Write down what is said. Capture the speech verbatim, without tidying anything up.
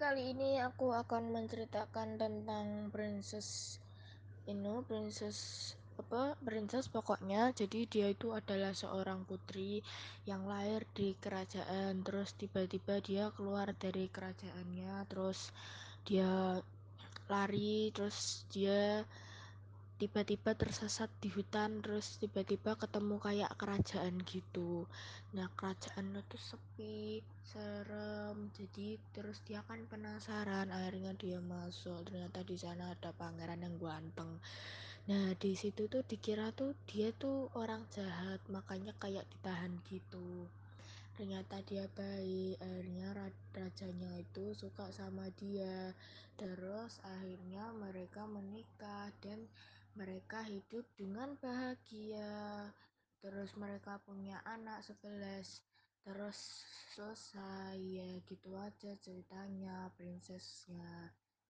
kali ini aku akan menceritakan tentang princess ini, princess apa? Princess pokoknya. Jadi dia itu adalah seorang putri yang lahir di kerajaan, terus tiba-tiba dia keluar dari kerajaannya, terus dia lari, terus dia tiba-tiba tersesat di hutan, terus tiba-tiba ketemu kayak kerajaan gitu. Nah, kerajaan itu sepi, serem. Jadi terus dia kan penasaran, akhirnya dia masuk. Ternyata di sana ada pangeran yang ganteng. Nah, di situ tuh dikira tuh dia tuh orang jahat, makanya kayak ditahan gitu. Ternyata dia baik, akhirnya rajanya itu suka sama dia. Terus akhirnya mereka menikah dan mereka hidup dengan bahagia. Terus mereka punya anak sebelas. Terus selesai, ya gitu aja ceritanya princessnya.